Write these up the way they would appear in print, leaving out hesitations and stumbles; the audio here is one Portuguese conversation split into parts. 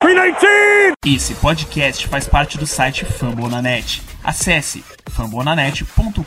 319! Esse podcast faz parte do site Fambonanet. Acesse fambonanet.com.br.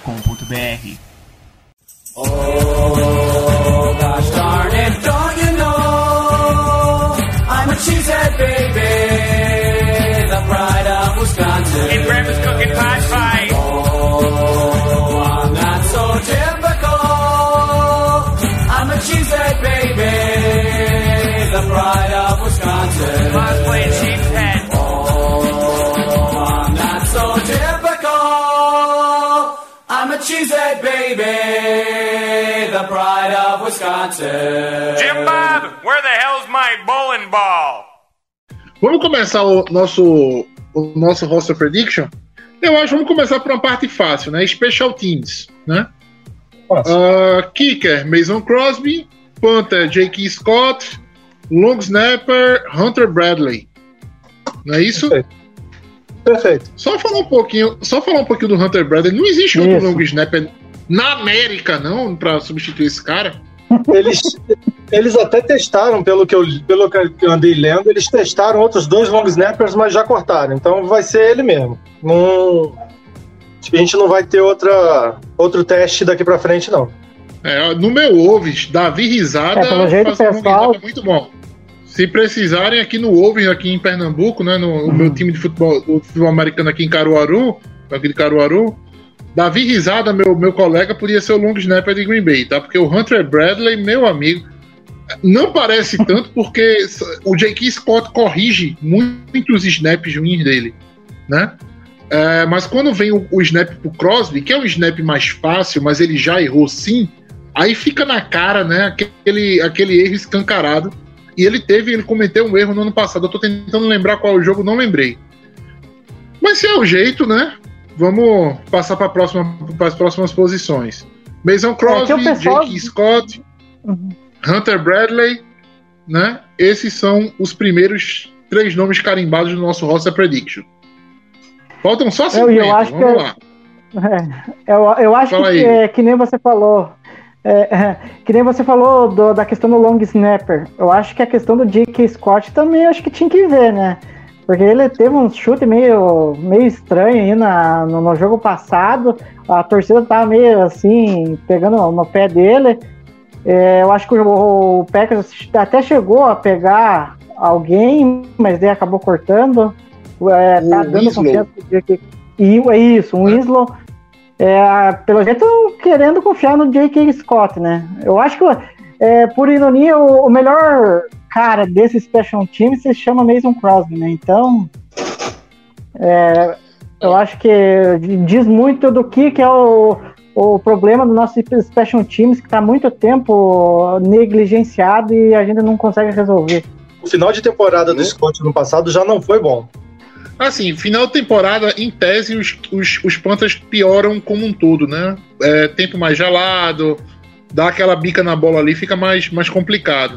Oh, gosh darn it, don't you know I'm a cheesehead baby, the pride of Wisconsin. And Grandma's cooking pot pie. Oh, I'm not so typical. I'm a cheesehead baby, the pride of Wisconsin. Mom's playing cheesehead. Oh, I'm not so typical. I'm a cheesehead baby, the pride of Wisconsin. Jim Bob, where the hell's my bowling ball? Vamos começar o nosso roster prediction? Eu acho que vamos começar por uma parte fácil, né? Special Teams, né? Kicker, Mason Crosby. Punter, J.K. Scott. Long Snapper, Hunter Bradley. Não é isso? Perfeito. Só falar um pouquinho do Hunter Bradley. Não existe outro long snapper na América, não, pra substituir esse cara. Eles até testaram, pelo que eu andei lendo, eles testaram outros 2 long snappers, mas já cortaram. Então vai ser ele mesmo. A gente não vai ter outro teste daqui pra frente, não. No meu Wolves, Davi Risada pelo jeito, faz um long pessoal, snapper muito bom. Se precisarem, aqui no Wolves, aqui em Pernambuco, né, no meu time de futebol americano aqui em Caruaru, aqui de Caruaru, Davi Risada, meu colega, podia ser o long snapper de Green Bay, tá? Porque o Hunter Bradley, meu amigo, não parece tanto porque o J.K. Scott corrige muitos snaps ruins dele, né? Mas quando vem o snap pro Crosby, que é um snap mais fácil, mas ele já errou sim, aí fica na cara, né, aquele erro escancarado. E ele cometeu um erro no ano passado. Eu tô tentando lembrar qual é o jogo, não lembrei. Mas se é o jeito, né? Vamos passar para as próximas posições. Mason Crosby, J.K. Scott, Hunter Bradley, né? Esses são os primeiros 3 nomes carimbados do nosso roster prediction. Faltam só 50, vamos lá. Eu acho que nem você falou. Que nem você falou da questão do long snapper. Eu acho que a questão do J.K. Scott também acho que tinha que ver, né? Porque ele teve um chute meio estranho aí no jogo passado. A torcida tava meio assim, pegando no pé dele. Eu acho que o Packers até chegou a pegar alguém, mas daí acabou cortando. Tá dando confiança pro J.K. Isso, um Winslow. Pelo jeito, querendo confiar no J.K. Scott, né? Eu acho que, por ironia, o melhor cara desse Special Team se chama Mason Crosby, né? Então, eu acho que diz muito do que é o problema do nosso Special Teams, que está há muito tempo negligenciado e a gente não consegue resolver. O final de temporada do Scott no passado já não foi bom. Assim, final de temporada, em tese, os Panthers pioram como um todo, né? Tempo mais gelado, dá aquela bica na bola ali, fica mais complicado.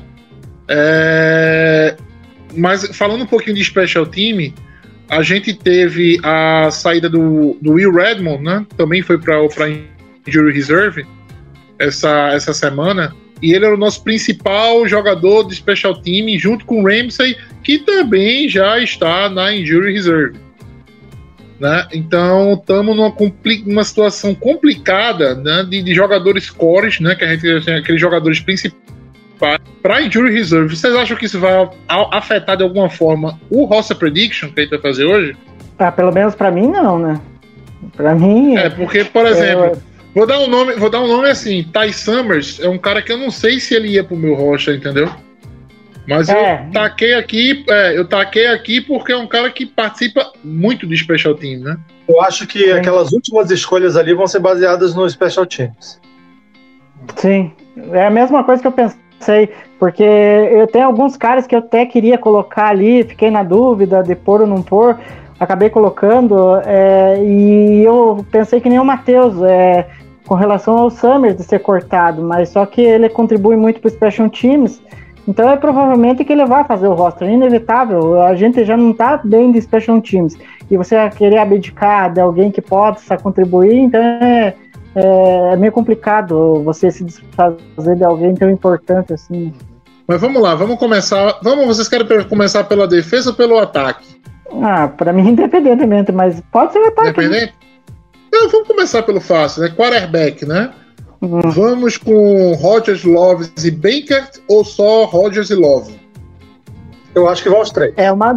Mas falando um pouquinho de Special Team, a gente teve a saída do Will Redmond, né? Também foi para Injury Reserve essa semana. E ele era o nosso principal jogador de Special Team, junto com o Ramsey, que também já está na Injury Reserve, né? Então, estamos numa situação complicada, né, de jogadores cores, né, que a gente tem aqueles jogadores principais para Injury Reserve. Vocês acham que isso vai afetar de alguma forma o roster prediction que a gente vai fazer hoje? Pelo menos para mim, não, né? Para mim... porque, por exemplo... Vou dar um nome assim, Ty Summers é um cara que eu não sei se ele ia pro meu roster, entendeu? Mas eu taquei aqui porque é um cara que participa muito de Special Teams, né? Eu acho que aquelas últimas escolhas ali vão ser baseadas no Special Teams. Sim, é a mesma coisa que eu pensei, porque eu tenho alguns caras que eu até queria colocar ali, fiquei na dúvida de pôr ou não pôr, acabei colocando, e eu pensei que nem o Matheus, com relação ao Summers de ser cortado, mas só que ele contribui muito para o Special Teams, então é provavelmente que ele vai fazer o roster, é inevitável, a gente já não está bem de Special Teams, e você vai querer abdicar de alguém que possa contribuir, então é meio complicado você se desfazer de alguém tão importante assim. Mas vamos lá, vamos começar. Vocês querem começar pela defesa ou pelo ataque? Pra mim, independentemente, mas pode ser o ataque. Independente? Então, vamos começar pelo fácil, né? Quarterback, né? Vamos com Rodgers, Love e Baker ou só Rodgers e Love? Eu acho que vão os três.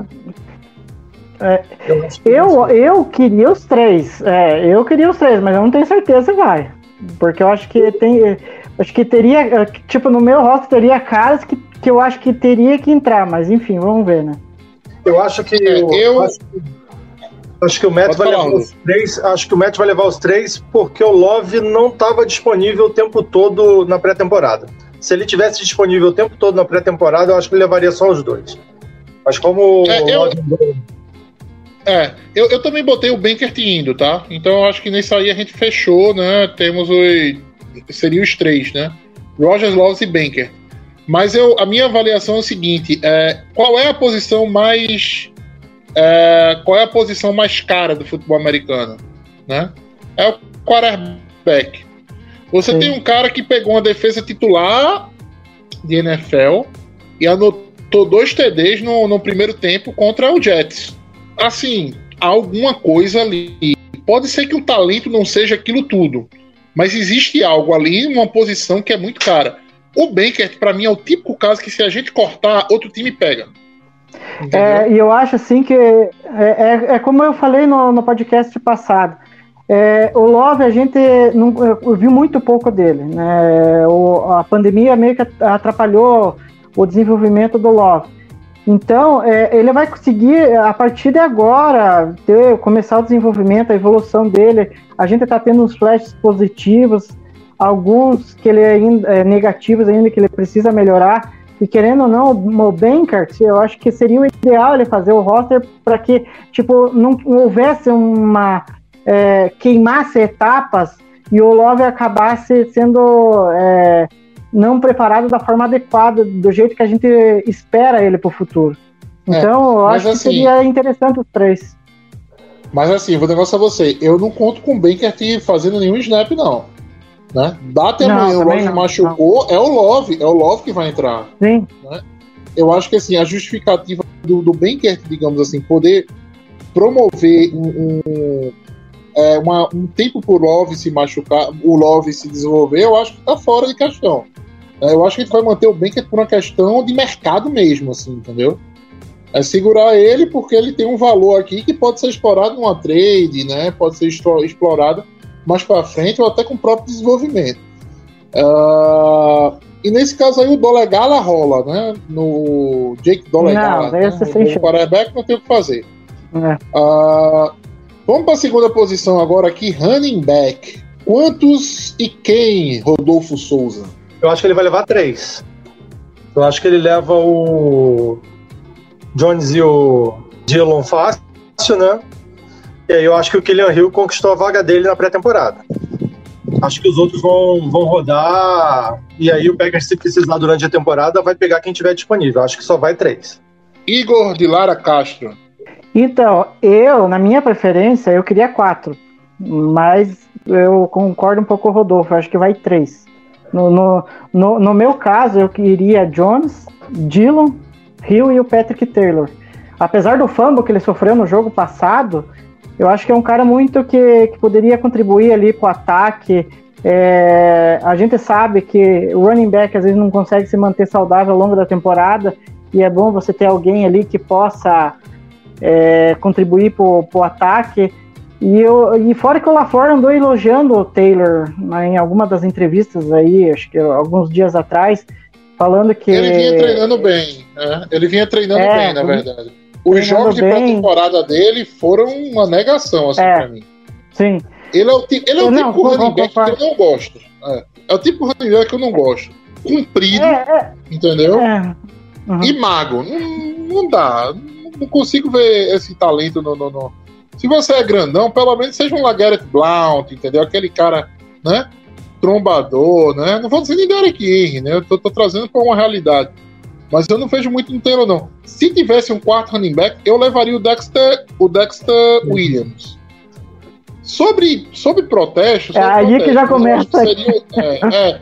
Eu queria os três. Eu queria os três, mas eu não tenho certeza se vai. Porque eu acho que teria. Tipo, no meu roster teria caras que eu acho que teria que entrar, mas enfim, vamos ver, né? Eu acho que. Acho que o Matt vai levar os três. Acho que o Matt vai levar os três porque o Love não estava disponível o tempo todo na pré-temporada. Se ele tivesse disponível o tempo todo na pré-temporada, eu acho que ele levaria só os dois. Mas como eu também botei o Bankert indo, tá? Então eu acho que nesse aí a gente fechou, né? Temos seria os três, né? Rodgers, Love e Bankert. Mas a minha avaliação é o seguinte: qual é a posição mais cara do futebol americano, né? É o quarterback. Você tem um cara que pegou uma defesa titular de NFL e anotou 2 TDs no primeiro tempo contra o Jets. Assim, alguma coisa ali. Pode ser que o talento não seja aquilo tudo, mas existe algo ali, uma posição que é muito cara. O Bankert, pra mim, é o típico caso que se a gente cortar, outro time pega. E eu acho assim que como eu falei no podcast passado, o Love eu vi muito pouco dele, né? A pandemia meio que atrapalhou o desenvolvimento do Love. Então ele vai conseguir a partir de agora começar o desenvolvimento, a evolução dele. A gente está tendo uns flashes positivos, alguns que ele ainda negativos ainda, que ele precisa melhorar. E querendo ou não, o Bankert, eu acho que seria o ideal ele fazer o roster para que tipo, não houvesse queimasse etapas e o Love acabasse sendo não preparado da forma adequada, do jeito que a gente espera ele para o futuro. Então, eu acho que seria interessante os três. Mas assim, vou negócio a você, eu não conto com o Bankert fazendo nenhum snap, não. Né? Dá até amanhã, o Love machucou, é o Love que vai entrar. Sim. Né? Eu acho que assim, a justificativa do Bankert, digamos assim, poder promover um tempo pro Love se machucar, o Love se desenvolver, eu acho que tá fora de questão. Eu acho que a gente vai manter o Bankert por uma questão de mercado mesmo, assim, entendeu? É segurar ele porque ele tem um valor aqui que pode ser explorado numa trade, né? Pode ser explorado mais para frente ou até com o próprio desenvolvimento. E nesse caso aí o Dolegala rola, né? No Jake Dolegala, o quarterback não tem o que fazer. Vamos para a segunda posição agora aqui, running back. Quantos e quem, Rodolfo Souza? Eu acho que ele vai levar 3. Eu acho que ele leva o Jones e o Dillon fácil, né? E aí eu acho que o Kylian Hill conquistou a vaga dele na pré-temporada. Acho que os outros vão rodar, e aí o Packers, se precisar durante a temporada, vai pegar quem tiver disponível. Acho que só vai 3. Igor de Lara Castro. Então, na minha preferência, eu queria 4. Mas eu concordo um pouco com o Rodolfo, acho que vai 3. No meu caso, eu queria Jones, Dillon, Hill e o Patrick Taylor. Apesar do fumble que ele sofreu no jogo passado, eu acho que é um cara muito que poderia contribuir ali pro ataque. A gente sabe que o running back às vezes não consegue se manter saudável ao longo da temporada, e é bom você ter alguém ali que possa contribuir pro ataque. E fora que o LaFleur andou elogiando o Taylor, né, em alguma das entrevistas aí, acho que alguns dias atrás, falando que... Ele vinha treinando bem, né? Ele vinha treinando bem, na verdade. Os jogos de pré-temporada dele foram uma negação, assim, pra mim. Sim. Ele é o tipo running back que eu não gosto. É o tipo running back que eu não gosto. Comprido, entendeu? Uhum. E mago. Não dá. Não consigo ver esse talento no... Se você é grandão, pelo menos seja um LeGarrette Blount, entendeu? Aquele cara, né? Trombador, né? Não vou dizer nem Derek Henry, né? Eu tô trazendo pra uma realidade. Mas eu não vejo muito no Taylor, não. Se tivesse um quarto running back, eu levaria o Dexter Williams. Sobre protestos... aí que já começa.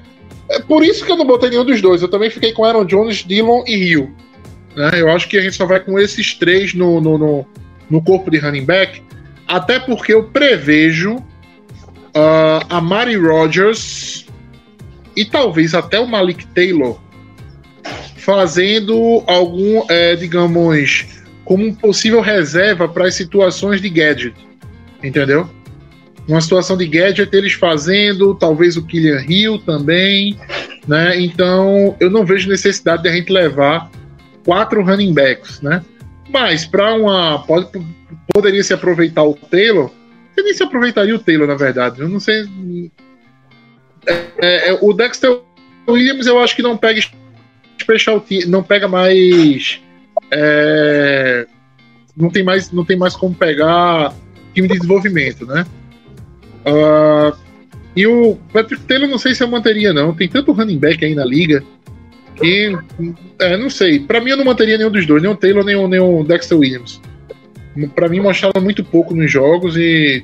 É por isso que eu não botei nenhum dos dois. Eu também fiquei com Aaron Jones, Dillon e Hill. Né? Eu acho que a gente só vai com esses três no corpo de running back, até porque eu prevejo a Mari Rodgers e talvez até o Malik Taylor fazendo algum, digamos, como um possível reserva para as situações de gadget, entendeu? Uma situação de gadget eles fazendo, talvez o Killian Hill também, né? Então eu não vejo necessidade de a gente levar 4 running backs, né? Mas para poderia se aproveitar o Taylor. Você nem se aproveitaria o Taylor, na verdade. Eu não sei. O Dexter Williams eu acho que não pega special team, não pega mais. Não tem mais como pegar time de desenvolvimento, né? E o Patrick Taylor não sei se eu manteria, não. Tem tanto running back aí na liga que não sei. Pra mim eu não manteria nenhum dos dois, nem o Taylor nem o Dexter Williams. Pra mim mostraram muito pouco nos jogos e...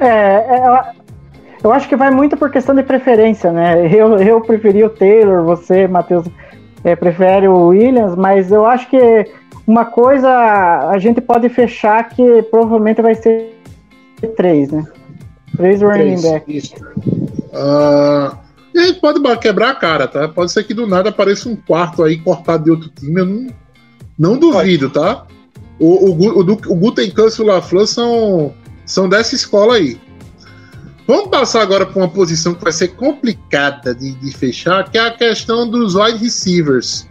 Eu acho que vai muito por questão de preferência, né? Eu preferi o Taylor, você, Matheus, prefere o Williams, mas eu acho que uma coisa a gente pode fechar que provavelmente vai ser 3, né? 3 running backs. E a gente pode quebrar a cara, tá? Pode ser que do nada apareça um quarto aí cortado de outro time, eu não duvido, tá? O Gutekunst e o LaFleur são dessa escola aí. Vamos passar agora para uma posição que vai ser complicada de fechar, que é a questão dos wide receivers.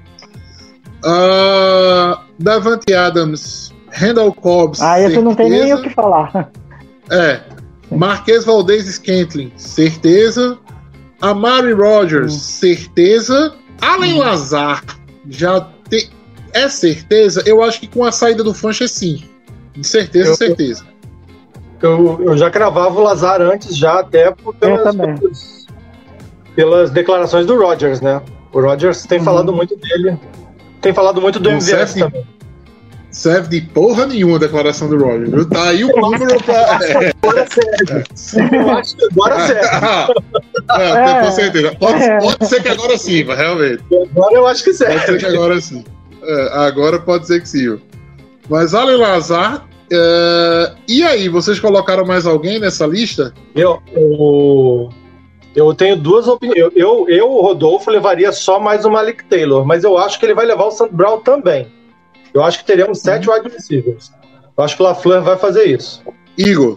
Davante Adams, Randall Cobb, esse não tem nem o que falar. Marquez Valdez-Scantling, certeza. Amari Rodgers, certeza. Allen Lazard, é certeza? Eu acho que com a saída do Funch sim. De certeza, certeza. Eu já cravava o Lazard antes, já até pelas declarações do Rodgers, né? O Rodgers tem falado muito dele. Tem falado muito do MVS também. Serve de porra nenhuma a declaração do Rodgers, viu? Tá aí o número pra... Agora serve. Eu acho que agora serve. Com certeza. Pode ser que agora sim, mas realmente. Agora eu acho que serve. Pode ser que agora sim. Agora pode ser que sim. Mas Allen Lazard... e aí, vocês colocaram mais alguém nessa lista? Eu tenho duas opiniões. O Rodolfo, levaria só mais o Malik Taylor, mas eu acho que ele vai levar o St. Brown também. Eu acho que teremos 7 wide receivers. Eu acho que o LaFleur vai fazer isso. Igor?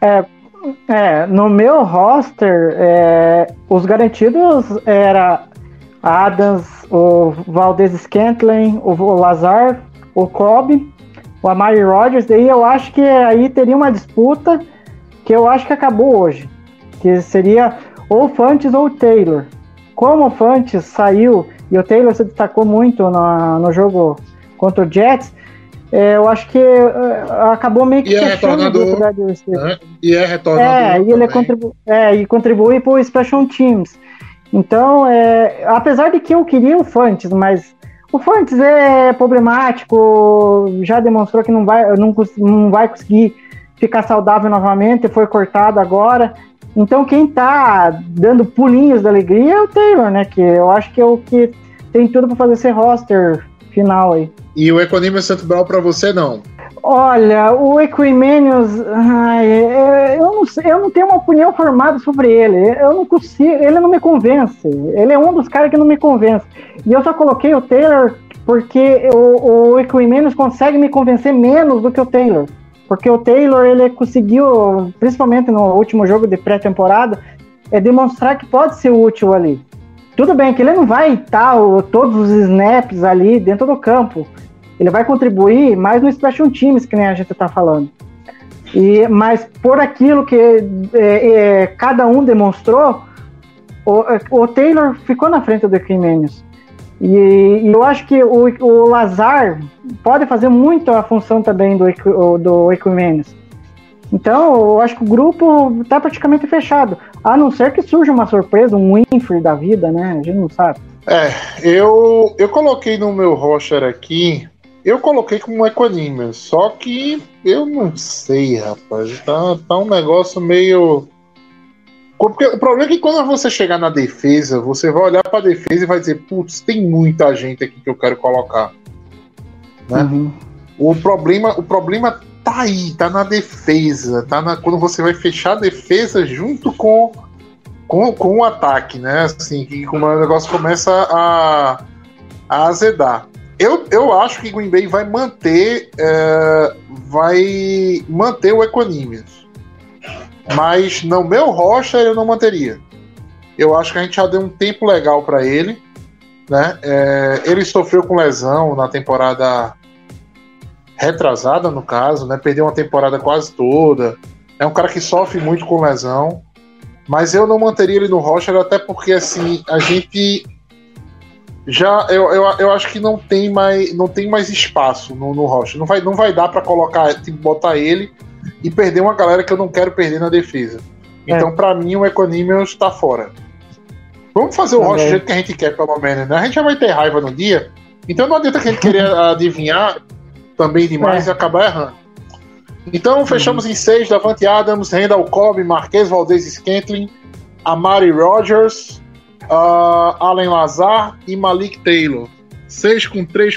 No meu roster, os garantidos era Adams, o Valdez-Scantling, o Lazard, o Cobb, o Amari Rodgers. Daí eu acho que aí teria uma disputa que eu acho que acabou hoje, que seria ou o Funches ou o Taylor. Como o Funches saiu e o Taylor se destacou muito no jogo contra o Jets, eu acho que acabou meio que fechando o grupo da né? E é retornador. E ele contribui para o Special Teams. Então, apesar de que eu queria o Funches, mas o Funches é problemático, já demonstrou que não vai conseguir ficar saudável novamente, foi cortado agora. Então quem tá dando pulinhos da alegria é o Taylor, né? Que eu acho que é o que tem tudo para fazer esse roster final aí. E o Equanimeous St. Brown para você não? Olha, o Equanimeous, eu não tenho uma opinião formada sobre ele. Eu não consigo, ele não me convence. Ele é um dos caras que não me convence. E eu só coloquei o Taylor porque o Equanimeous consegue me convencer menos do que o Taylor. Porque o Taylor, ele conseguiu, principalmente no último jogo de pré-temporada, demonstrar que pode ser útil ali. Tudo bem que ele não vai estar todos os snaps ali dentro do campo. Ele vai contribuir mais no Special Teams, que nem a gente está falando. Mas por aquilo que cada um demonstrou, o Taylor ficou na frente do Equanimeous. E eu acho que o Lazard pode fazer muito a função também do Equanimeous. Então, eu acho que o grupo está praticamente fechado. A não ser que surja uma surpresa, um Winfrey da vida, né? A gente não sabe. Eu coloquei no meu roster aqui, eu coloquei como um Equanimeous, só que eu não sei, rapaz. Tá um negócio meio Porque o problema é que quando você chegar na defesa, você vai olhar pra defesa e vai dizer, putz, tem muita gente aqui que eu quero colocar. Né? Uhum. O problema tá aí, tá na defesa, quando você vai fechar a defesa junto com o ataque, né? Assim, que o negócio começa a azedar. Eu acho que Green Bay vai manter o Equanimeous. Mas no meu roster eu não manteria. Eu acho que a gente já deu um tempo legal para ele, né? Ele sofreu com lesão na temporada retrasada, no caso, né? Perdeu uma temporada quase toda. É um cara que sofre muito com lesão. Mas eu não manteria ele no roster, até porque assim, a gente já eu acho que não tem mais espaço no roster. Não vai dar para botar ele e perder uma galera que eu não quero perder na defesa. Então, pra mim, o Equanimeous tá fora. Vamos fazer o roster do jeito que a gente quer, pelo menos, né? A gente já vai ter raiva no dia, então não adianta que a gente querer adivinhar também demais e acabar errando. Então, fechamos em 6, Davante Adams, Randall Cobb, Marquez Valdes-Scantling, Amari Rodgers, Allen Lazard e Malik Taylor. 6 com 3,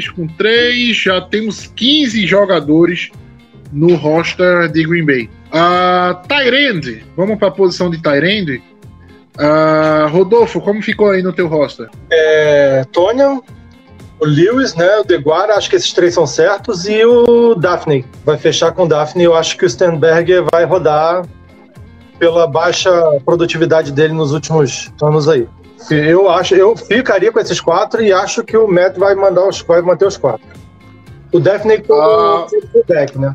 já temos 15 jogadores no roster de Green Bay. Tight end, vamos para a posição de tight end. Rodolfo, como ficou aí no teu roster? Tonyan, o Lewis, né, o Deguara, acho que esses 3 são certos, e o Daphne, vai fechar com o Daphne. Eu acho que o Sternberger vai rodar pela baixa produtividade dele nos últimos anos aí. Eu ficaria com esses 4 e acho que o Matt vai manter os 4. O Daphne como fullback, né?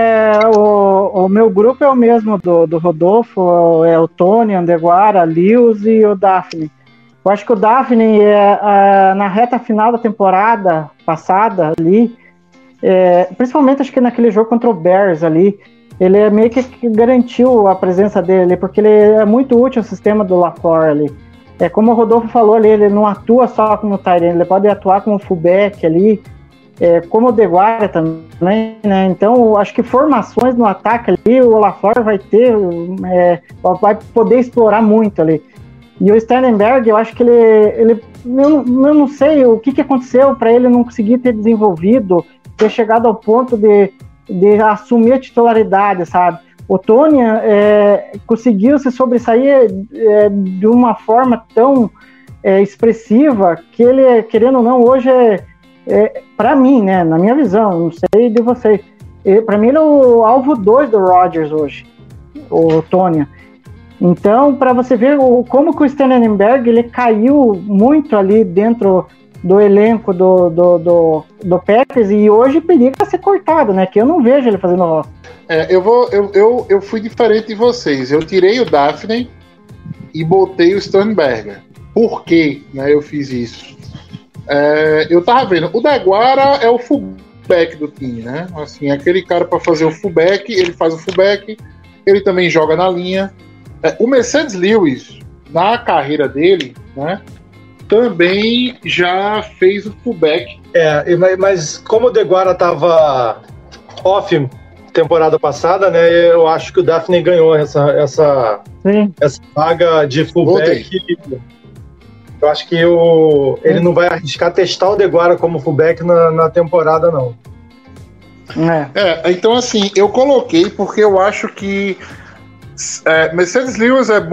O meu grupo é o mesmo do Rodolfo, é o Tony, o Deguara, Lewis e o Daphne. Eu acho que o Daphne, na reta final da temporada passada ali, principalmente acho que naquele jogo contra o Bears ali, ele meio que garantiu a presença dele, porque ele é muito útil ao sistema do LaFleur ali. Como o Rodolfo falou ali, ele não atua só como tight end, ele pode atuar como fullback ali, como o Deguara também, né? Então, acho que formações no ataque ali, o LaFleur vai vai poder explorar muito ali. E o Sternberg, eu acho que eu não sei o que aconteceu para ele não conseguir ter desenvolvido, ter chegado ao ponto de assumir a titularidade, sabe? O Tony conseguiu se sobressair de uma forma tão expressiva que ele, querendo ou não, hoje para mim, né, na minha visão, não sei de vocês, para mim ele é o alvo 2 do Rodgers hoje, o Tony. Então, para você ver como que o Sternberg ele caiu muito ali dentro do elenco do Packers e hoje periga ser cortado, né? Que eu não vejo ele fazendo roça. Eu fui diferente de vocês. Eu tirei o Daphne e botei o Sternberger. Por que, né, eu fiz isso? Eu tava vendo, o Deguara é o fullback do time, né? Assim, aquele cara para fazer o fullback, ele faz o fullback, ele também joga na linha. O Mercedes Lewis, na carreira dele, né, também já fez o fullback. Mas como o Deguara tava off temporada passada, né, eu acho que o Daphne ganhou essa vaga de fullback. Eu acho que ele não vai arriscar testar o Deguara como fullback na temporada, não. Então assim, eu coloquei porque eu acho que Mercedes Lewis é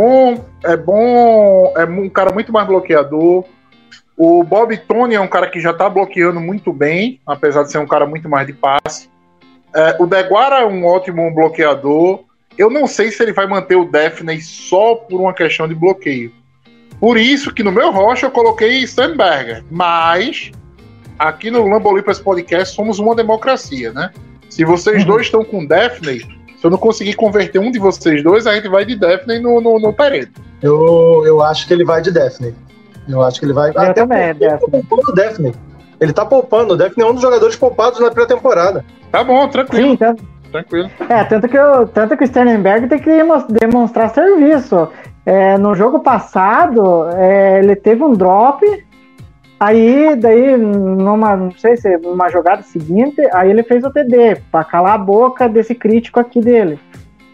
um cara muito mais bloqueador. O Bob Tonyan é um cara que já tá bloqueando muito bem, apesar de ser um cara muito mais de passe. O Deguara é um ótimo bloqueador. Eu não sei se ele vai manter o Daphne só por uma questão de bloqueio. Por isso que no meu roster eu coloquei Sternberger. Mas aqui no Lambolipers Podcast somos uma democracia, né? Se vocês dois estão com Daphne, se eu não conseguir converter um de vocês dois, a gente vai de Daphne no Pereira. Eu acho que ele vai de Daphne. Eu acho que ele vai. Eu também, o Daphne. Ele tá poupando. O Daphne é um dos jogadores poupados na pré-temporada. Tá bom, tranquilo. Sim, tá. Tranquilo. Tanto que o Sternberg tem que demonstrar serviço. No jogo passado, ele teve um drop. Daí, não sei se numa jogada seguinte, aí ele fez o TD, pra calar a boca desse crítico aqui dele.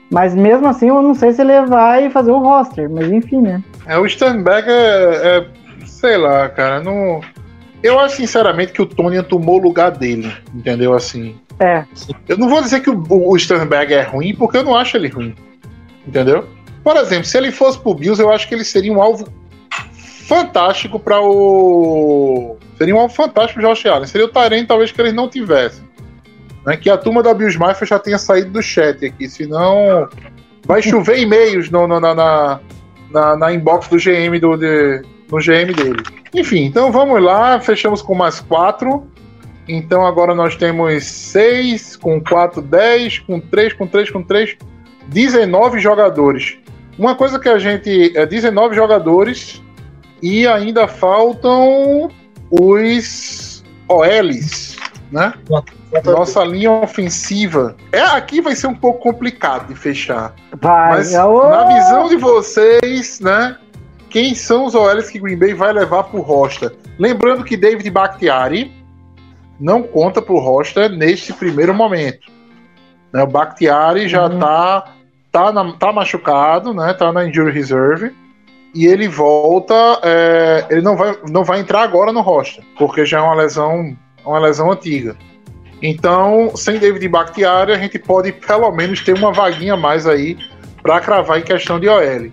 Mas mesmo assim, eu não sei se ele vai fazer o roster, mas enfim, né? O Sternberg sei lá, cara, não... Eu acho sinceramente que o Tonyan tomou o lugar dele, entendeu? Assim. Eu não vou dizer que o Sternberg é ruim, porque eu não acho ele ruim, entendeu? Por exemplo, se ele fosse pro Bills, eu acho que ele seria um alvo fantástico para o... Seria um alvo fantástico pro Josh Allen. Seria o Tyrant, talvez, que eles não tivessem. Né? Que a turma da Bills Mafia já tenha saído do chat aqui, senão vai chover e-mails na inbox do GM no GM dele. Enfim, então vamos lá, fechamos com mais 4. Então agora nós temos 6, com 4, 10, com 3, 19 jogadores. Uma coisa que a gente... 19 jogadores e ainda faltam os OLs, né? Nossa linha ofensiva. Aqui vai ser um pouco complicado de fechar. Mas na visão de vocês, né? Quem são os OLs que Green Bay vai levar pro roster? Lembrando que David Bakhtiari não conta pro roster neste primeiro momento. Né? O Bakhtiari já tá machucado, né? Tá na injury reserve. E ele volta... ele não vai entrar agora no roster, porque já é uma lesão antiga. Então, sem David Bakhtiari, a gente pode pelo menos ter uma vaguinha a mais aí para cravar em questão de OL.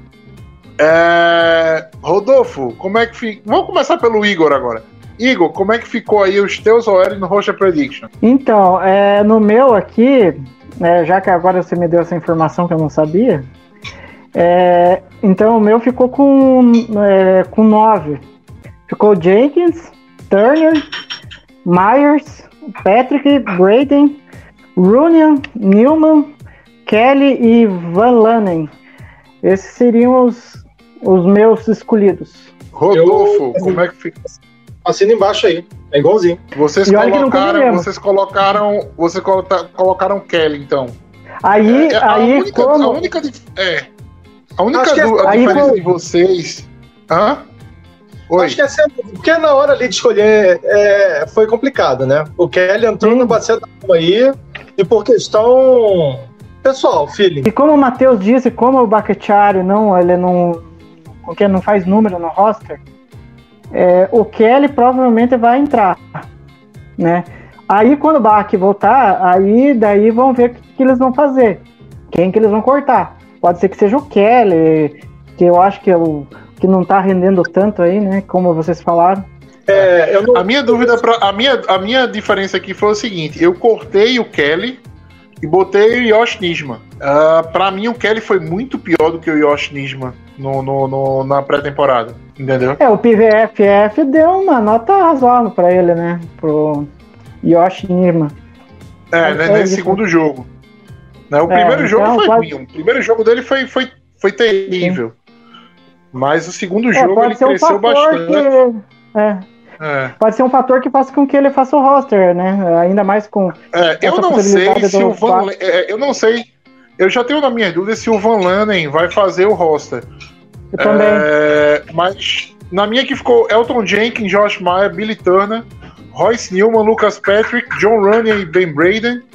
Rodolfo, como é que fica? Vamos começar pelo Igor agora. Igor, como é que ficou aí os teus OL no Roster Prediction? Então, no meu aqui, já que agora você me deu essa informação que eu não sabia, então o meu ficou com 9. Ficou Jenkins, Turner, Myers, Patrick, Braden, Runyan, Newman, Kelly e Van Lanen. Esses seriam os meus escolados. Rodolfo, como é que fica? Assina embaixo aí, é igualzinho. Vocês colocaram Kelly, então. A única diferença de vocês... Hã? Oi. Acho que porque na hora ali de escolher foi complicado, né? O Kelly entrou no bacia da mão aí, e por questão pessoal, feeling. E como o Matheus disse, como o Bakhtiari ele não faz número no roster, o Kelly provavelmente vai entrar, né? Aí quando o Bach voltar, daí vão ver o que eles vão fazer, quem que eles vão cortar. Pode ser que seja o Kelly, que eu acho que que não tá rendendo tanto aí, né? Como vocês falaram. A minha dúvida, a minha diferença aqui foi o seguinte: eu cortei o Kelly e botei o Yosh Nijman. Pra mim, o Kelly foi muito pior do que o Yosh Nijman na pré-temporada, entendeu? O PVFF deu uma nota razoável pra ele, né? Pro Yosh Nijman. Nesse segundo jogo. Né? O primeiro jogo foi ruim. O primeiro jogo dele foi terrível. Sim. Mas o segundo jogo ele cresceu bastante. Pode ser um fator que faça com que ele faça o roster, né? Ainda mais com. Eu não sei se o Van. Eu não sei. Eu já tenho na minha dúvida se o Van Lanen vai fazer o roster. Eu também. Mas na minha que ficou Elton Jenkins, Josh Meyer, Billy Turner, Royce Newman, Lucas Patrick, John Runyan e Ben Braden.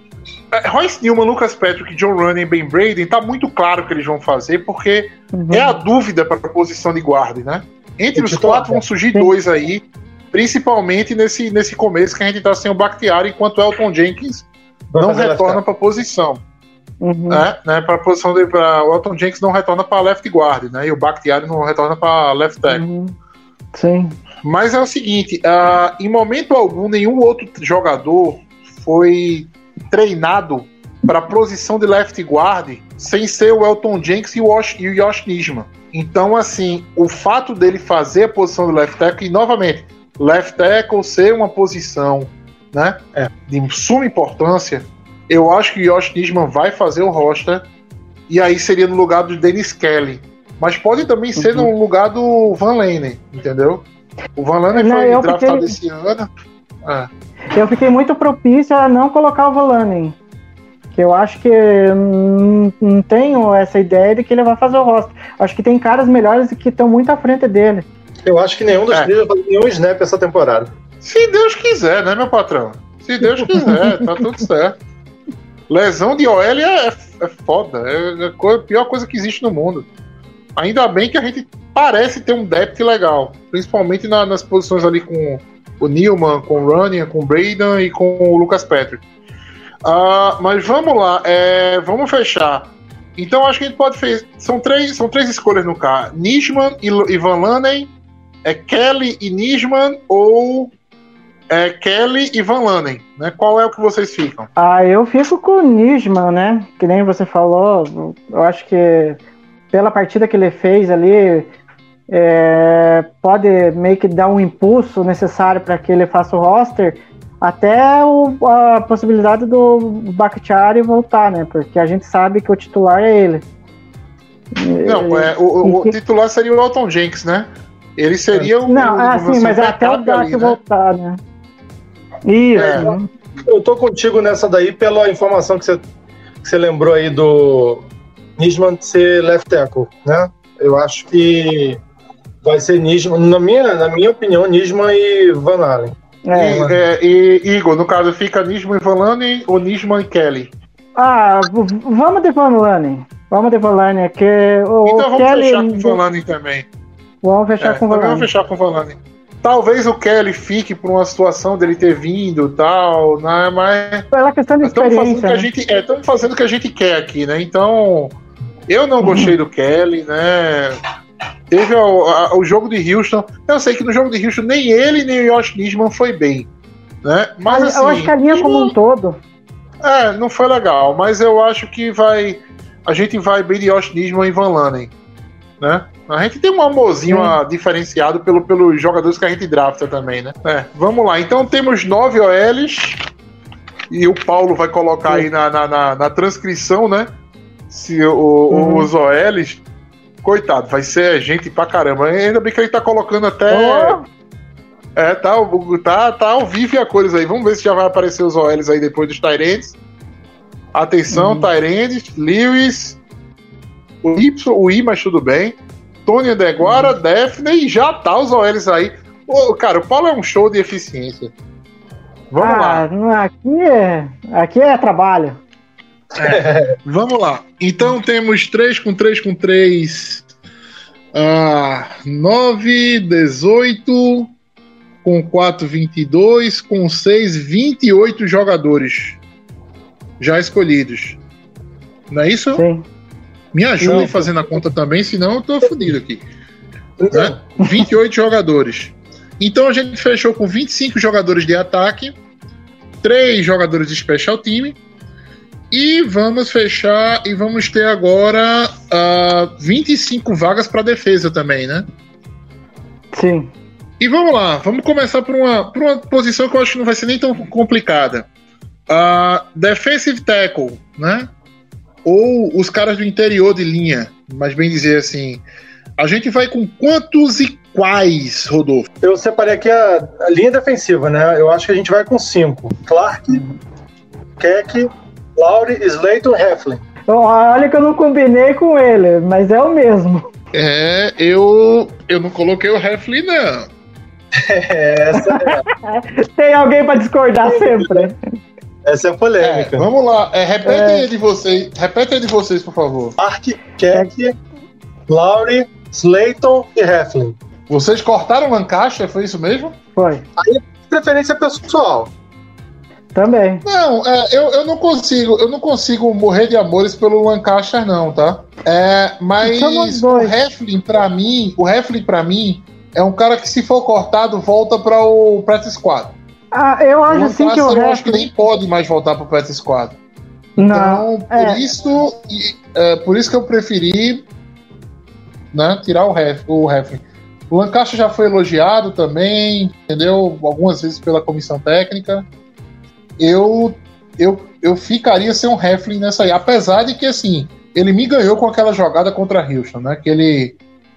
Royce Newman, Lucas Patrick, John Runyan e Ben Braden, tá muito claro o que eles vão fazer, porque é a dúvida para a posição de guarda, né? Entre os 4 vão surgir 2 aí, principalmente nesse começo que a gente tá sem o Bakhtiari, enquanto o Elton Jenkins não retorna para a posição. Né? Para a posição o Elton Jenkins não retorna para left guard, né? E o Bakhtiari não retorna para left tackle. Sim. Mas é o seguinte, em momento algum, nenhum outro jogador foi treinado para a posição de left guard sem ser o Elton Jenkins e o Yosh Nijman. Então, assim, o fato dele fazer a posição do left tackle, e novamente, left tackle ser uma posição, né, de suma importância, eu acho que o Yosh Nijman vai fazer o roster, e aí seria no lugar do Dennis Kelly. Mas pode também ser no lugar do Van Lanen, entendeu? O Van Lanen foi draftado esse ano. Eu fiquei muito propício a não colocar o Van Lanen, que eu acho que não tenho essa ideia de que ele vai fazer o roster. Acho que tem caras melhores que estão muito à frente dele. Eu acho que nenhum dos três vai fazer nenhum snap essa temporada. Se Deus quiser, né, meu patrão? Se Deus quiser, tá tudo certo. Lesão de OL é foda. É a pior coisa que existe no mundo. Ainda bem que a gente parece ter um depth legal. Principalmente nas posições ali com o Newman, com o Runyan, com o Braden e com o Lucas Patrick. Mas vamos lá. Vamos fechar. Então acho que a gente pode fazer. São três escolhas no carro. Nijman e Van Lanen. Kelly e Nijman ou Kelly e Van Lanen, né? Qual é o que vocês ficam? Eu fico com o Nijman, né? Que nem você falou. Eu acho que pela partida que ele fez ali, pode meio que dar um impulso necessário para que ele faça o roster, até a possibilidade do Bakhtiari voltar, né? Porque a gente sabe que o titular é ele. Não, o titular seria o Elton Jenkins, né? Ele seria mas até o Bach voltar, né? Isso. Eu tô contigo nessa daí pela informação que você lembrou aí do Nijman ser left tackle, né? Eu acho que vai ser Nijman, na minha opinião, Nijman e Van Allen. E Igor, no caso, fica Nijman e Van Lanen ou Nijman e Kelly? Vamos de Van Lanen. Vamos Kelly... fechar com o Van Lanen também. Vamos fechar com o Van Lanen. Vamos fechar com o Van Lanen. Talvez o Kelly fique por uma situação dele ter vindo e tal, né? Mas pela questão de experiência, estamos fazendo o que a gente quer aqui, né? Então, eu não gostei do Kelly, né? Teve o jogo de Houston. Eu sei que no jogo de Houston nem ele nem o Josh Nijman foi bem, né? Mas assim, eu acho que a linha como um todo. Não foi legal, mas eu acho que a gente vai bem de Josh Nijman e Van Lanen, né? A gente tem um amorzinho diferenciado pelos jogadores que a gente drafta também, né? Vamos lá. Então temos 9 OLs e o Paulo vai colocar aí na transcrição, né? Se os OLs, coitado, vai ser gente pra caramba. Ainda bem que ele tá colocando até... Tá ao vivo e a cores aí. Vamos ver se já vai aparecer os OLs aí depois dos tight ends. Atenção, tight ends, Lewis, o Y, o I, mas tudo bem. Tony Deguara, Daphne, e já tá os OLs aí. Cara, o Paulo é um show de eficiência. Vamos lá. Aqui é trabalho. Vamos lá. Então temos 3 com 3. 9, 18, com 4, 22, com 6, 28 jogadores já escolhidos. Não é isso? Sim. Me ajudem fazendo a conta também, senão eu tô fodido aqui. Né? 28 jogadores. Então a gente fechou com 25 jogadores de ataque, 3 jogadores de special team, e vamos fechar e vamos ter agora 25 vagas para defesa também, né? Sim. E vamos lá, vamos começar por uma posição que eu acho que não vai ser nem tão complicada. Defensive tackle, né? Ou os caras do interior de linha, mas bem dizer assim. A gente vai com quantos e quais, Rodolfo? Eu separei aqui a linha defensiva, né? Eu acho que a gente vai com 5. Clark, Keck, Lowry, Slayton, Heflin. Olha que eu não combinei com ele, mas é o mesmo. Eu não coloquei o Heflin, não. Tem alguém para discordar sempre. Essa é polêmica. Vamos lá, repete aí de vocês, por favor. Clark, Keck, Lowry, Slayton e Heflin. Vocês cortaram o Lancaster, foi isso mesmo? Foi. Aí, preferência pessoal. Também. Não, eu não consigo morrer de amores pelo Lancaster, não, tá? Mas o Heflin, pra mim, é um cara que, se for cortado, volta para o practice squad. Eu acho assim que o eu acho que nem pode mais voltar para o practice squad. Não. Então, por isso que eu preferi, né, tirar o Heflin. O Lancaster já foi elogiado também, entendeu? Algumas vezes pela comissão técnica. Eu ficaria sem um Heflin nessa aí, apesar de que, assim, ele me ganhou com aquela jogada contra Houston, né? Que ele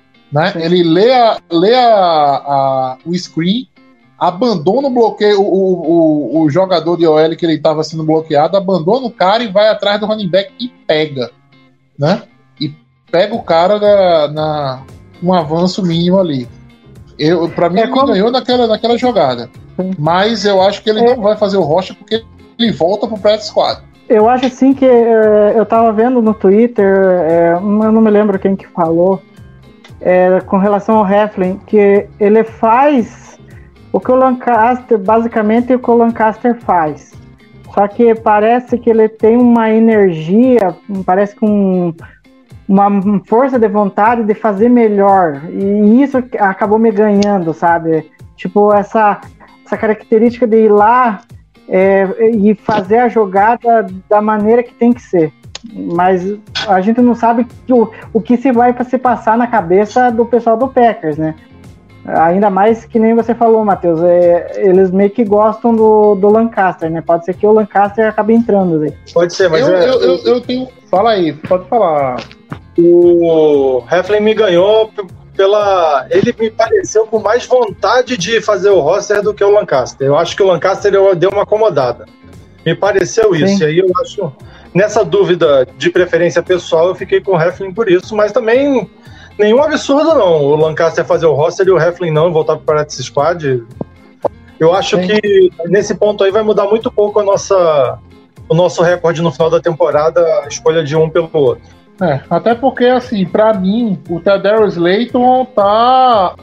lê o screen, abandona o bloqueio, o jogador de OL que ele estava sendo bloqueado, abandona o cara e vai atrás do running back e pega, né? E pega o cara um avanço mínimo ali. Pra mim, ele me ganhou naquela jogada. Mas eu acho que ele não vai fazer o roster porque ele volta pro practice squad. Eu acho assim que eu tava vendo no Twitter, eu não me lembro quem que falou, com relação ao Heflin, que ele faz o que o Lancaster, basicamente o que o Lancaster faz. Só que parece que ele tem uma energia, parece com uma força de vontade de fazer melhor. E isso acabou me ganhando, sabe? Tipo, essa característica de ir lá e fazer a jogada da maneira que tem que ser. Mas a gente não sabe o que se vai se passar na cabeça do pessoal do Packers, né? Ainda mais que nem você falou, Matheus, eles meio que gostam do Lancaster, né? Pode ser que o Lancaster acabe entrando aí. Pode ser, mas eu tenho... Fala aí, pode falar. O Heflin me ganhou ele me pareceu com mais vontade de fazer o roster do que o Lancaster. Eu acho que o Lancaster deu uma acomodada. Me pareceu isso. Sim. E aí eu acho, nessa dúvida de preferência pessoal, eu fiquei com o Heflin por isso, mas também nenhum absurdo não. O Lancaster fazer o roster e o Heflin não, voltar para o Practice Squad. Eu acho que nesse ponto aí vai mudar muito pouco o nosso recorde no final da temporada, a escolha de um pelo outro. Até porque, assim, pra mim, o Tadarius Slayton tá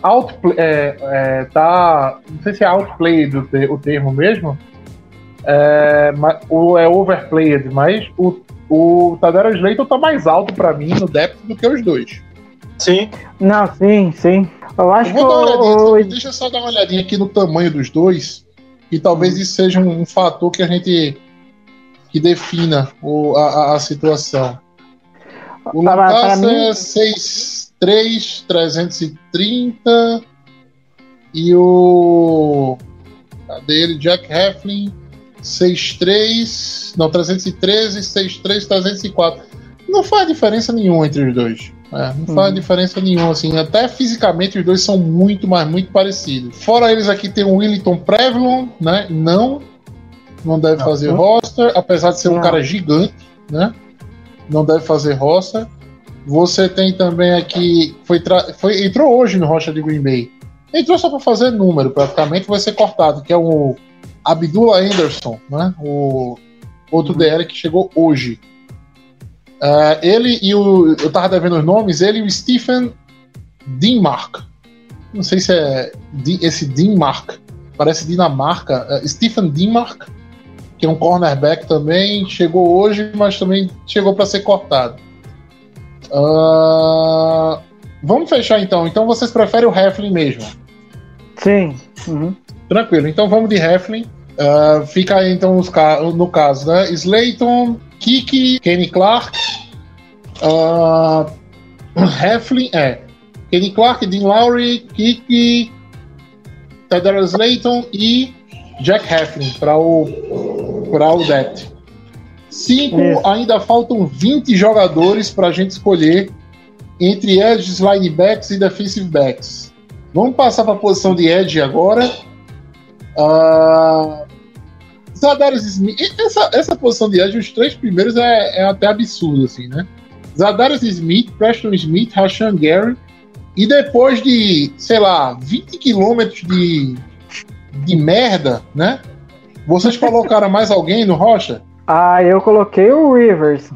não sei se é outplayed o termo mesmo, ou é overplayed, mas o Tadarius Slayton tá mais alto pra mim no depth do que os dois. Sim. Não, sim. Eu acho deixa eu só dar uma olhadinha aqui no tamanho dos dois, e talvez isso seja um fator que a gente defina a situação. O Lancaster é 6'3", 330, e o... Cadê ele? Jack Heflin, 6'3", não, 313, 6'3", 304. Não faz diferença nenhuma entre os dois. Não faz diferença nenhuma, assim. Até fisicamente os dois são muito parecidos. Fora eles aqui tem o Willington Prevelon, né? Não deve fazer roster, apesar de ser um cara gigante, né? Não deve fazer roster. Você tem também aqui, entrou hoje no roster de Green Bay. Entrou só para fazer número, praticamente vai ser cortado, que é o Abdullah Anderson, né? O outro DR que chegou hoje. Ele e eu tava devendo os nomes, ele e o Stephen Denmark. Não sei se é esse Denmark, parece Dinamarca. Stephen Denmark, que é um cornerback também, chegou hoje, mas também chegou para ser cortado. Vamos fechar então. Então vocês preferem o Heflin mesmo? Sim. Uhum. Tranquilo, então vamos de Heflin. Fica aí então no caso, né? Slayton, Kiki, Kenny Clark, Heflin, Kenny Clark, Dean Lowry, Kiki, Tadarius Slayton e Jack Heflin para o depth. 5, ainda faltam 20 jogadores para a gente escolher entre edges, linebacks e defensive backs. Vamos passar para a posição de edge agora. Zadarius Smith, essa posição de edge, os 3 primeiros é até absurdo, assim, né? Zadarius Smith, Preston Smith, Rashan Gary, e depois de, sei lá, 20 quilômetros de merda, né? Vocês colocaram mais alguém no roster? Eu coloquei o Rivers.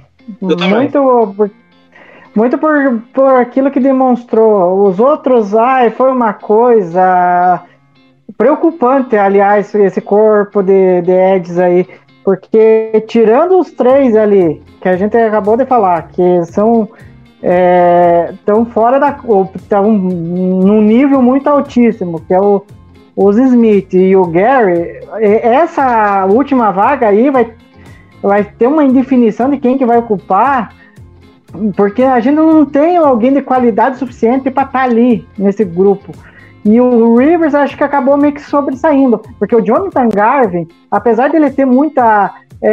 Muito por aquilo que demonstrou. Os outros, foi uma coisa preocupante, aliás, esse corpo de edges aí. Porque tirando os 3 ali, que a gente acabou de falar, que são estão fora estão num nível muito altíssimo, que é os Smith e o Gary, essa última vaga aí vai ter uma indefinição de quem que vai ocupar, porque a gente não tem alguém de qualidade suficiente para estar ali nesse grupo. E o Rivers acho que acabou meio que sobressaindo, porque o Jonathan Garvin, apesar de ele ter muita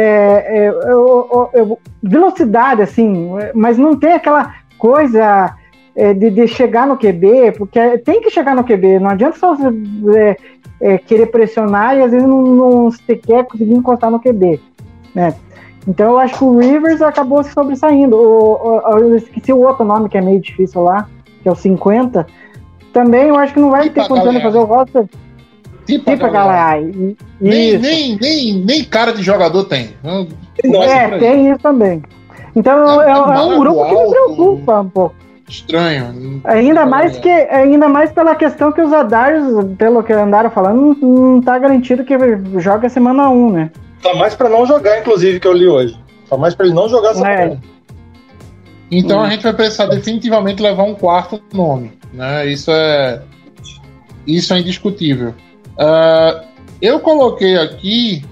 velocidade, assim, mas não tem aquela coisa de chegar no QB, porque tem que chegar no QB, não adianta só querer pressionar e às vezes não se quer conseguir encostar no QB, né? Então eu acho que o Rivers acabou se sobressaindo. Eu esqueci o outro nome que é meio difícil lá, que é o 50. Também eu acho que não vai ter condição de fazer o roster. Tipo Galai. Nem cara de jogador tem. Tem isso também. Então é um grupo que me preocupa um pouco. Estranho. Ainda mais pela questão que os Adarius, pelo que andaram falando, não tá garantido que joga semana 1, né? Tá mais pra não jogar, inclusive, que eu li hoje. Tá mais pra ele não jogar semana 1. Então a gente vai precisar definitivamente levar um quarto nome, né? Isso é indiscutível. Eu coloquei aqui,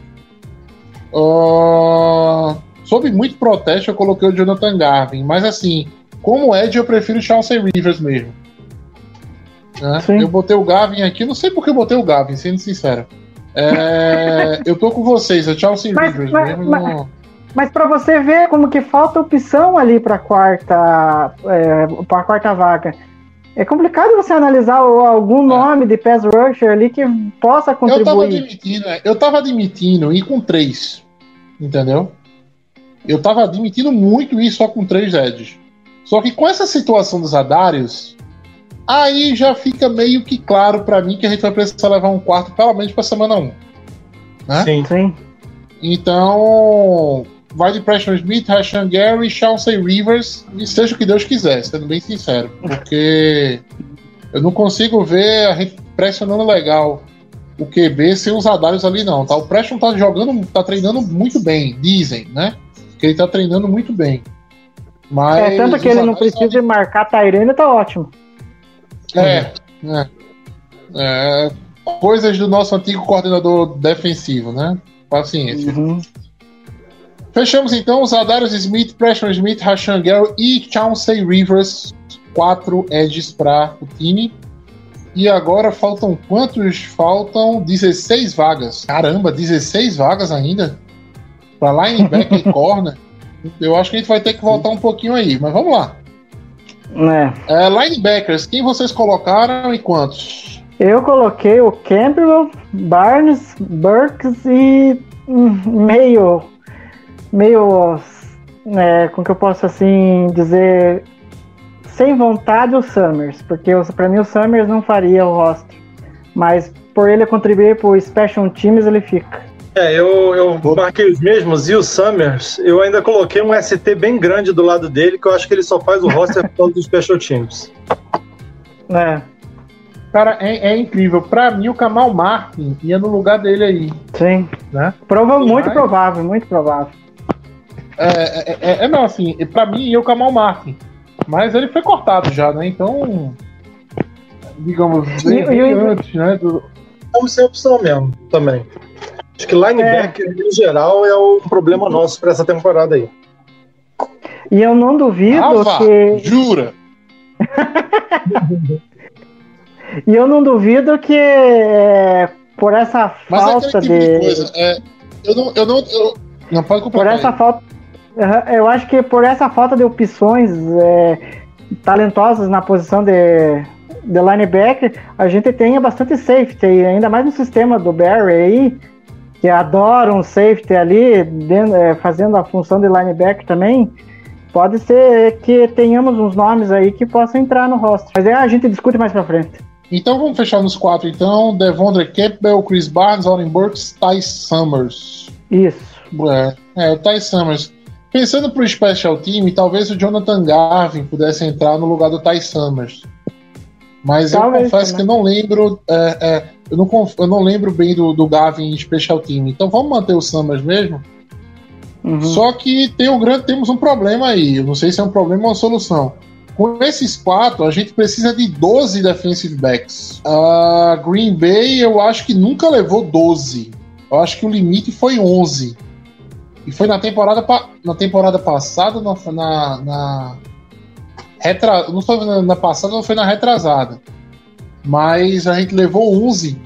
sob muito protesto, eu coloquei o Jonathan Garvin, mas assim, como Ed, eu prefiro o Chauncey Rivers mesmo. Né? Eu botei o Garvin aqui, não sei por que eu botei o Garvin, sendo sincero. Eu tô com vocês, é Chauncey Rivers mesmo. Mas pra você ver como que falta opção ali pra quarta vaga. É complicado você analisar algum nome de pass rusher ali que possa contribuir. Eu tava admitindo ir com 3, entendeu? Eu tava admitindo muito ir só com 3 edges. Só que com essa situação dos Adarius, aí já fica meio que claro pra mim que a gente vai precisar levar um quarto pelo menos pra semana 1. Né? Sim. Então, vai de Preston Smith, Rashan Gary, Chauncey Rivers, e seja o que Deus quiser, sendo bem sincero. Porque eu não consigo ver a gente pressionando legal o QB sem os Adarius ali, não. Tá? O Preston tá treinando muito bem, dizem, né? Que ele tá treinando muito bem. Mas tanto que ele não precisa marcar Tyrene, tá ótimo. Coisas do nosso antigo coordenador defensivo, né? Paciência. Fechamos então os Adarius Smith, Preston Smith, Rashan Gary e Chauncey Rivers, 4 edges para o time. E agora faltam quantos? Faltam 16 vagas. Caramba, 16 vagas ainda? Para linebacker e corner. Eu acho que a gente vai ter que voltar um pouquinho aí, mas vamos lá. Linebackers, quem vocês colocaram e quantos? Eu coloquei o Campbell, Barnes, Burks e meio como que eu posso assim dizer, sem vontade o Summers, porque pra mim o Summers não faria o roster, mas por ele contribuir pro Special Teams ele fica. Eu marquei os mesmos, e o Summers, eu ainda coloquei um ST bem grande do lado dele, que eu acho que ele só faz o roster por causa dos Special Teams. Cara, é incrível. Pra mim, o Kamal Martin ia no lugar dele aí. Sim. Né? Muito provável. Não, assim, pra mim ia o Kamal Martin. Mas ele foi cortado já, né? Então, digamos, antes, né? Vamos ser opção mesmo, também. Acho que linebacker, em geral, é o problema nosso pra essa temporada aí. E eu não duvido que... Jura? E eu não duvido que por essa falta não pode comprar. Por essa falta, eu acho que por essa falta de opções talentosas na posição de linebacker, a gente tem bastante safety, ainda mais no sistema do Barry aí, que adora um safety ali, fazendo a função de linebacker também. Pode ser que tenhamos uns nomes aí que possam entrar no roster. Mas a gente discute mais pra frente. Então vamos fechar nos 4 então. Devondre Campbell, Chris Barnes, Oren Burks, Ty Summers. Isso. O Ty Summers. Pensando pro Special Team, talvez o Jonathan Garvin pudesse entrar no lugar do Ty Summers. Mas talvez, eu confesso que eu não lembro. Eu não lembro bem do Garvin em Special Team. Então vamos manter o Summers mesmo. Só que temos um problema aí. Eu não sei se é um problema ou uma solução. Com esses 4, a gente precisa de 12 defensive backs. A Green Bay, eu acho que nunca levou 12. Eu acho que o limite foi 11. E foi na temporada passada, não foi na passada, não foi na retrasada. Mas a gente levou 11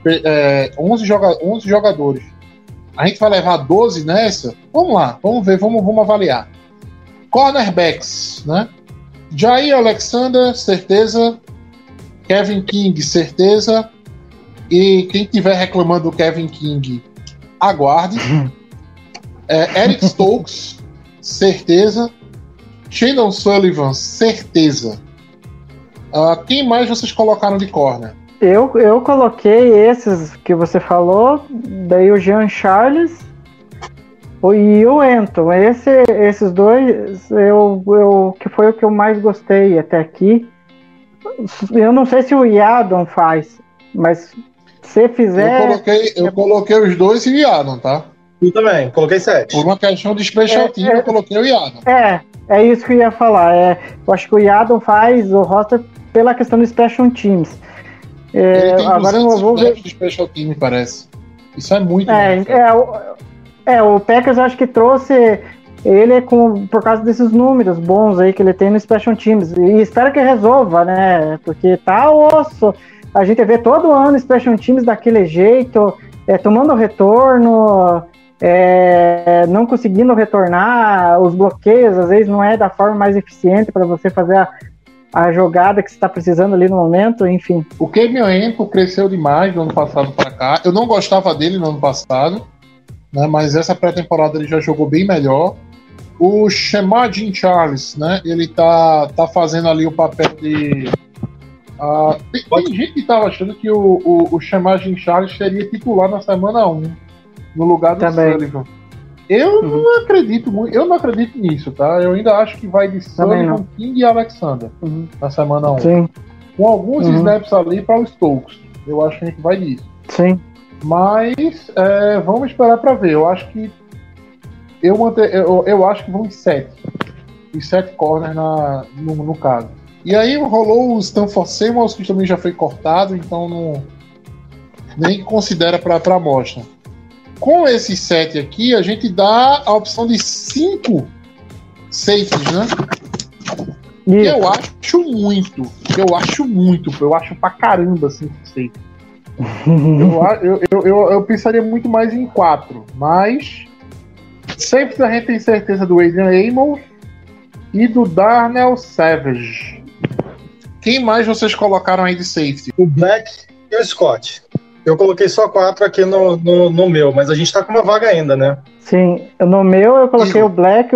jogadores. A gente vai levar 12 nessa? Vamos lá, vamos ver, vamos avaliar. Cornerbacks, né? Jair Alexander, certeza. Kevin King, certeza. E quem estiver reclamando do Kevin King, aguarde. Eric Stokes, certeza. Shandon Sullivan, certeza. Quem mais vocês colocaram de corner? Eu coloquei esses que você falou, daí o Jean Charles e o Enton. Esses dois que foi o que eu mais gostei até aqui. Eu não sei se o Yadon faz, mas se fizer... Eu coloquei os dois e o Yadon, tá? Eu também, coloquei 7. Por uma questão de special team, eu coloquei o Yadon. É isso que eu ia falar. Eu acho que o Yadon faz o roster pela questão do special teams. Ele tem agora eu vou ver de special team, me parece. Isso é muito o Packers eu acho que trouxe ele por causa desses números bons aí que ele tem no special teams. E espero que resolva, né? Porque tá osso. A gente vê todo ano special teams daquele jeito, tomando retorno, não conseguindo retornar, os bloqueios às vezes não é da forma mais eficiente para você fazer a jogada que você está precisando ali no momento, enfim. O Kevin Enton cresceu demais do ano passado para cá. Eu não gostava dele no ano passado, né, mas essa pré-temporada ele já jogou bem melhor. O Shemar Jean Charles, né, ele tá fazendo ali o papel de... tem gente que estava achando que o Shemar Jean Charles seria titular na semana 1, no lugar do Sullivan. Eu não acredito muito, eu não acredito nisso, tá? Eu ainda acho que vai de Sullivan, King e Alexander na semana 1. Sim. Com alguns snaps ali para os Stokes. Eu acho que a gente vai nisso. Sim. Mas vamos esperar para ver. Eu acho que eu acho que vão em 7. Os 7 corners no caso. E aí rolou o Stanford Samuels, que também já foi cortado, então nem considera para amostra. Com esses 7 aqui, a gente dá a opção de 5 safeties, né? Isso. Eu acho pra caramba 5 safeties. eu pensaria muito mais em 4, mas safeties a gente tem certeza do Adrian Amos e do Darnell Savage. Quem mais vocês colocaram aí de safety? O Black e o Scott. Eu coloquei só 4 aqui no meu, mas a gente tá com uma vaga ainda, né? Sim, no meu eu coloquei o Black,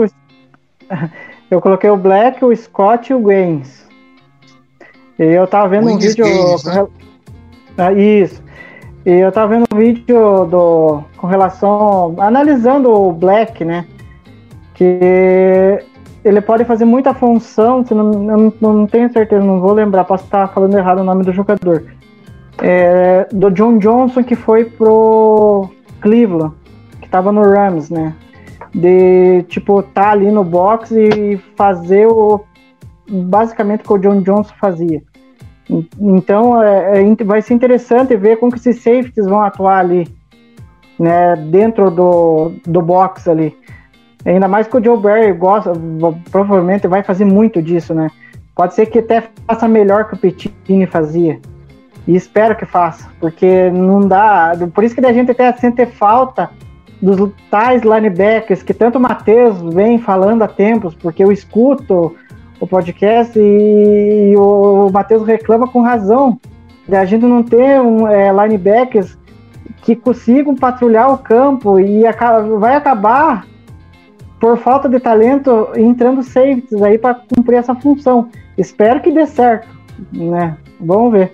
o Scott e o Gaines. E eu tava vendo um vídeo... Gaines, né? Isso. E eu tava vendo um vídeo com relação... Analisando o Black, né? Que ele pode fazer muita função, eu não tenho certeza, não vou lembrar, posso estar falando errado o nome do jogador. Do John Johnson, que foi pro Cleveland, que tava no Rams, né? De, tipo, tá ali no box e fazer basicamente o que o John Johnson fazia. Então, vai ser interessante ver como que esses safeties vão atuar ali, né? Dentro do box ali. Ainda mais que o Joe Barry provavelmente vai fazer muito disso, né? Pode ser que até faça melhor que o Pettine fazia. E espero que faça, porque não dá... Por isso que a gente até sente falta dos tais linebackers, que tanto o Matheus vem falando há tempos, porque eu escuto o podcast e o Matheus reclama com razão de a gente não ter linebackers que consigam patrulhar o campo e vai acabar, por falta de talento, entrando safeties aí para cumprir essa função. Espero que dê certo, né? Vamos ver.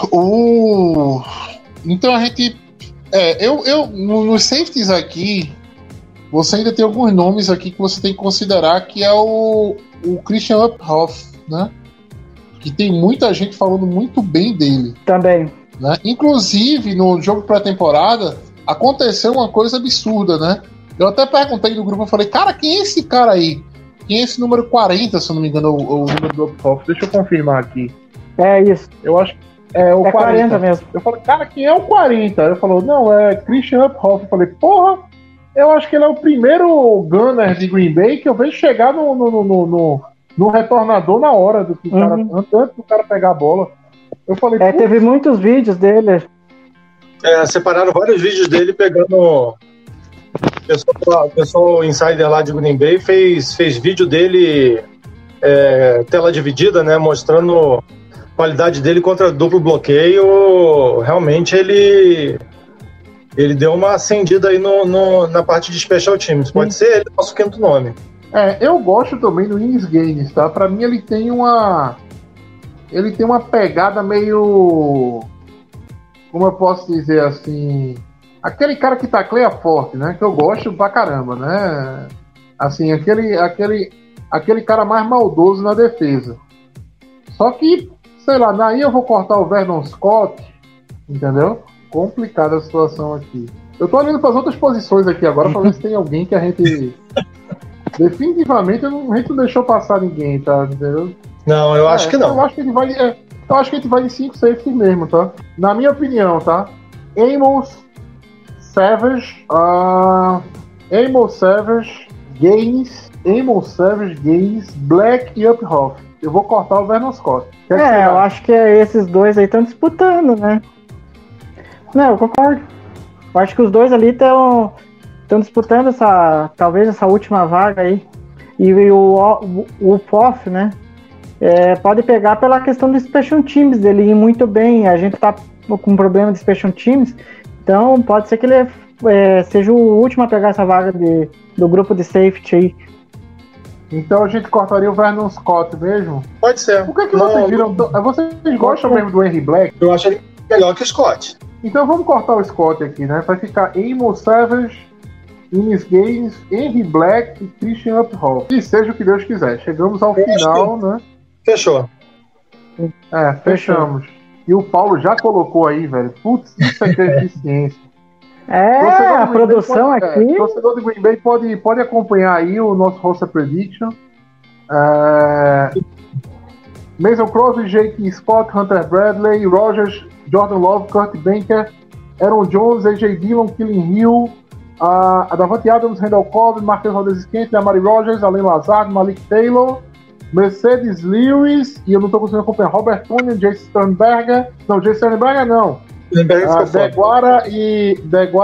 Então a gente... nos safeties aqui, você ainda tem alguns nomes aqui que você tem que considerar, que é o Christian Uphoff, né? Que tem muita gente falando muito bem dele. Também. Né? Inclusive, no jogo pré-temporada, aconteceu uma coisa absurda, né? Eu até perguntei no grupo, eu falei, cara, quem é esse cara aí? Quem é esse número 40, se eu não me engano, o número do Uphoff? Deixa eu confirmar aqui. É isso. Eu acho que o 40 mesmo. Eu falei, cara, quem é o 40? Ele falou, não, é Christian Uphoff. Eu falei, porra, eu acho que ele é o primeiro gunner de Green Bay que eu vejo chegar no retornador na hora do que o cara, antes do cara pegar a bola. Eu falei, teve muitos vídeos dele. Separaram vários vídeos dele pegando. O pessoal insider lá de Green Bay fez vídeo dele tela dividida, né? Mostrando a qualidade dele contra duplo bloqueio. Realmente ele deu uma acendida aí na parte de special teams. Pode ser ele nosso quinto nome. Eu gosto também do Ines Gaines, tá? Pra mim ele tem uma pegada meio como eu posso dizer assim, aquele cara que tacleia forte, né? Que eu gosto pra caramba, né? Assim, aquele cara mais maldoso na defesa. Só que, sei lá, daí eu vou cortar o Vernon Scott, entendeu? Complicada a situação aqui. Eu tô olhando para as outras posições aqui agora para ver se tem alguém que a gente definitivamente a gente não deixou passar ninguém, tá? Entendeu? Não, eu acho que não. Eu acho que a gente vai de 5 safeties mesmo, tá? Na minha opinião, tá? Amos Savage, Gaines, Black e Uphoff. Eu vou cortar o Vernon Scott. Eu acho que esses dois aí estão disputando, né? Não, eu concordo. Eu acho que os dois ali estão disputando talvez essa última vaga aí. E o Poff, né? Pode pegar pela questão do Special Teams, dele ir muito bem. A gente tá com problema de Special Teams, então pode ser que ele seja o último a pegar essa vaga do grupo de safety aí. Então a gente cortaria o Vernon Scott mesmo? Pode ser. Por que vocês viram? Vocês gostam mesmo do Henry Black? Eu acho ele melhor que o Scott. Então vamos cortar o Scott aqui, né? Vai ficar Amos Savage, Ines Gaines, Henry Black e Christian Uphoff. E seja o que Deus quiser. Chegamos ao final, né? Fechou. Fechamos. E o Paulo já colocou aí, velho. Putz, isso é deficiência. A produção aqui. O torcedor do Green Bay pode acompanhar aí o nosso roster prediction. Mason Crosby, Jake Scott, Hunter Bradley, Rogers, Jordan Love, Kurt Banker, Aaron Jones, AJ Dillon, Killing Hill, Davante Adams, Randall Cobb, Marcus Rodrigues-Quente, Amari Rogers, Alain Lazard, Malik Taylor, Mercedes Lewis, e eu não estou conseguindo acompanhar, Robert Tonian, Jace Sternberger, não. Deguara e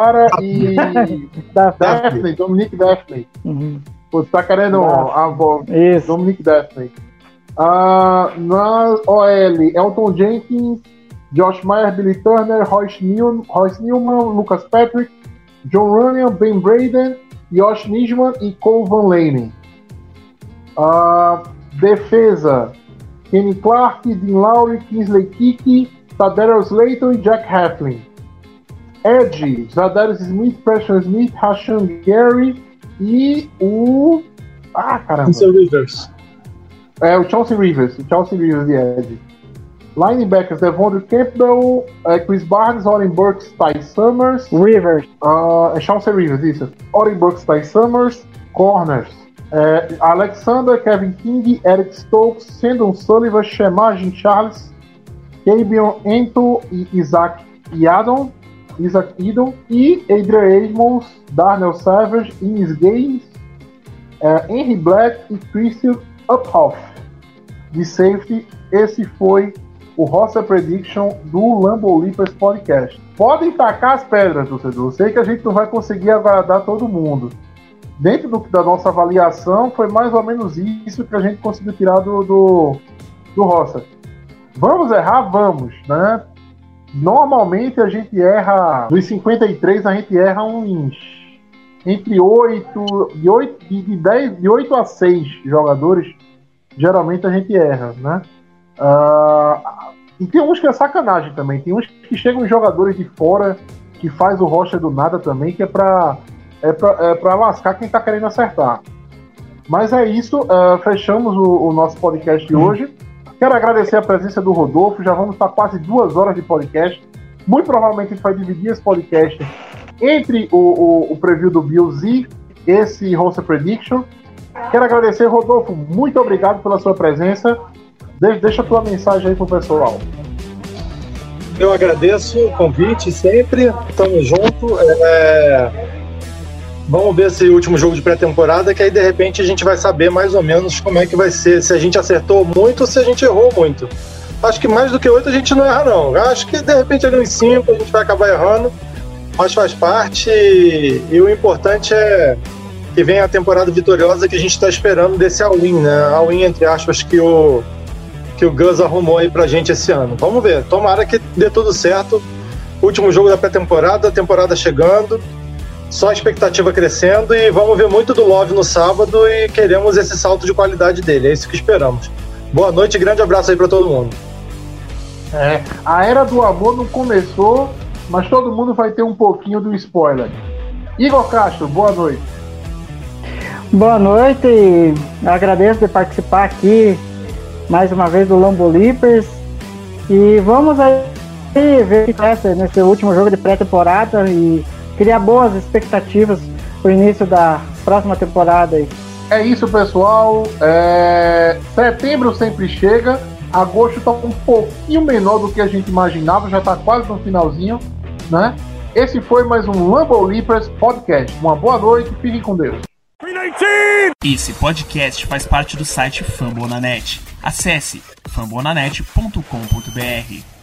Daphne, Dominic Daphne. Você tá querendo Dominic Daphne. Na OL, Elton Jenkins, Josh Meyer, Billy Turner, Royce Newman, Lucas Patrick, John Runyan, Ben Braden, Josh Nijman e Cole Van Laney. Defesa, Kenny Clark, Dean Lowry, Kingsley Kiki, Tadarius Slayton e Jack Heflin. Edge, Zadarius Smith, Preston Smith, Rashan Gary e o... Chauncey Rivers. O Chauncey Rivers de Edge. Linebackers, Devondre Campbell, Chris Barnes, Oren Burks, Ty Summers. Chauncey Rivers, isso. Oren Burks, Ty Summers. Corners, Alexander, Kevin King, Eric Stokes, Sandon Sullivan, Shemar Charles, Kabion Ento e Isaac Edon e Adrian Amos, Darnell Savage, Ines Gaines, Henry Black e Christian Uphoff. De safety, esse foi o roster prediction do Lambeau Leapers Podcast. Podem tacar as pedras, torcedor. Eu sei que a gente não vai conseguir agradar todo mundo. Dentro da nossa avaliação, foi mais ou menos isso que a gente conseguiu tirar do roster. Vamos errar? Vamos, né? Normalmente a gente erra, dos 53 a gente erra uns entre 8 a 6 jogadores, geralmente a gente erra, né? E tem uns que é sacanagem também, tem uns que chegam jogadores de fora que faz o roster do nada também, que é pra lascar quem tá querendo acertar. Mas é isso, fechamos o nosso podcast de hoje. Quero agradecer a presença do Rodolfo, já vamos estar quase 2 horas de podcast. Muito provavelmente a gente vai dividir esse podcast entre o preview do Bills e esse roster prediction. Quero agradecer, Rodolfo, muito obrigado pela sua presença. Deixa a tua mensagem aí pro pessoal. Eu agradeço o convite sempre, tamo junto. Vamos ver esse último jogo de pré-temporada, que aí de repente a gente vai saber mais ou menos como é que vai ser, se a gente acertou muito ou se a gente errou muito. Acho que mais do que 8 a gente não erra não. Acho que de repente ali uns 5 a gente vai acabar errando, mas faz parte, e o importante é que venha a temporada vitoriosa que a gente está esperando desse all-in, né? All-in, entre aspas, que o Gus arrumou aí pra gente esse ano. Vamos ver, tomara que dê tudo certo. Último jogo da pré-temporada, temporada chegando, só a expectativa crescendo, e vamos ver muito do Love no sábado e queremos esse salto de qualidade dele, é isso que esperamos. Boa noite e grande abraço aí pra todo mundo. A era do amor não começou, mas todo mundo vai ter um pouquinho do spoiler. Igor Castro, boa noite. Boa noite, agradeço de participar aqui mais uma vez do Lambo Leapers. E vamos aí ver o que acontece nesse último jogo de pré-temporada e criar boas expectativas para o início da próxima temporada aí. É isso, pessoal. Setembro sempre chega. Agosto está um pouquinho menor do que a gente imaginava, já está quase no finalzinho, né? Esse foi mais um Lambo Leapers Podcast. Uma boa noite, fiquem com Deus. Esse podcast faz parte do site Fambonanet. Acesse fambonanet.com.br.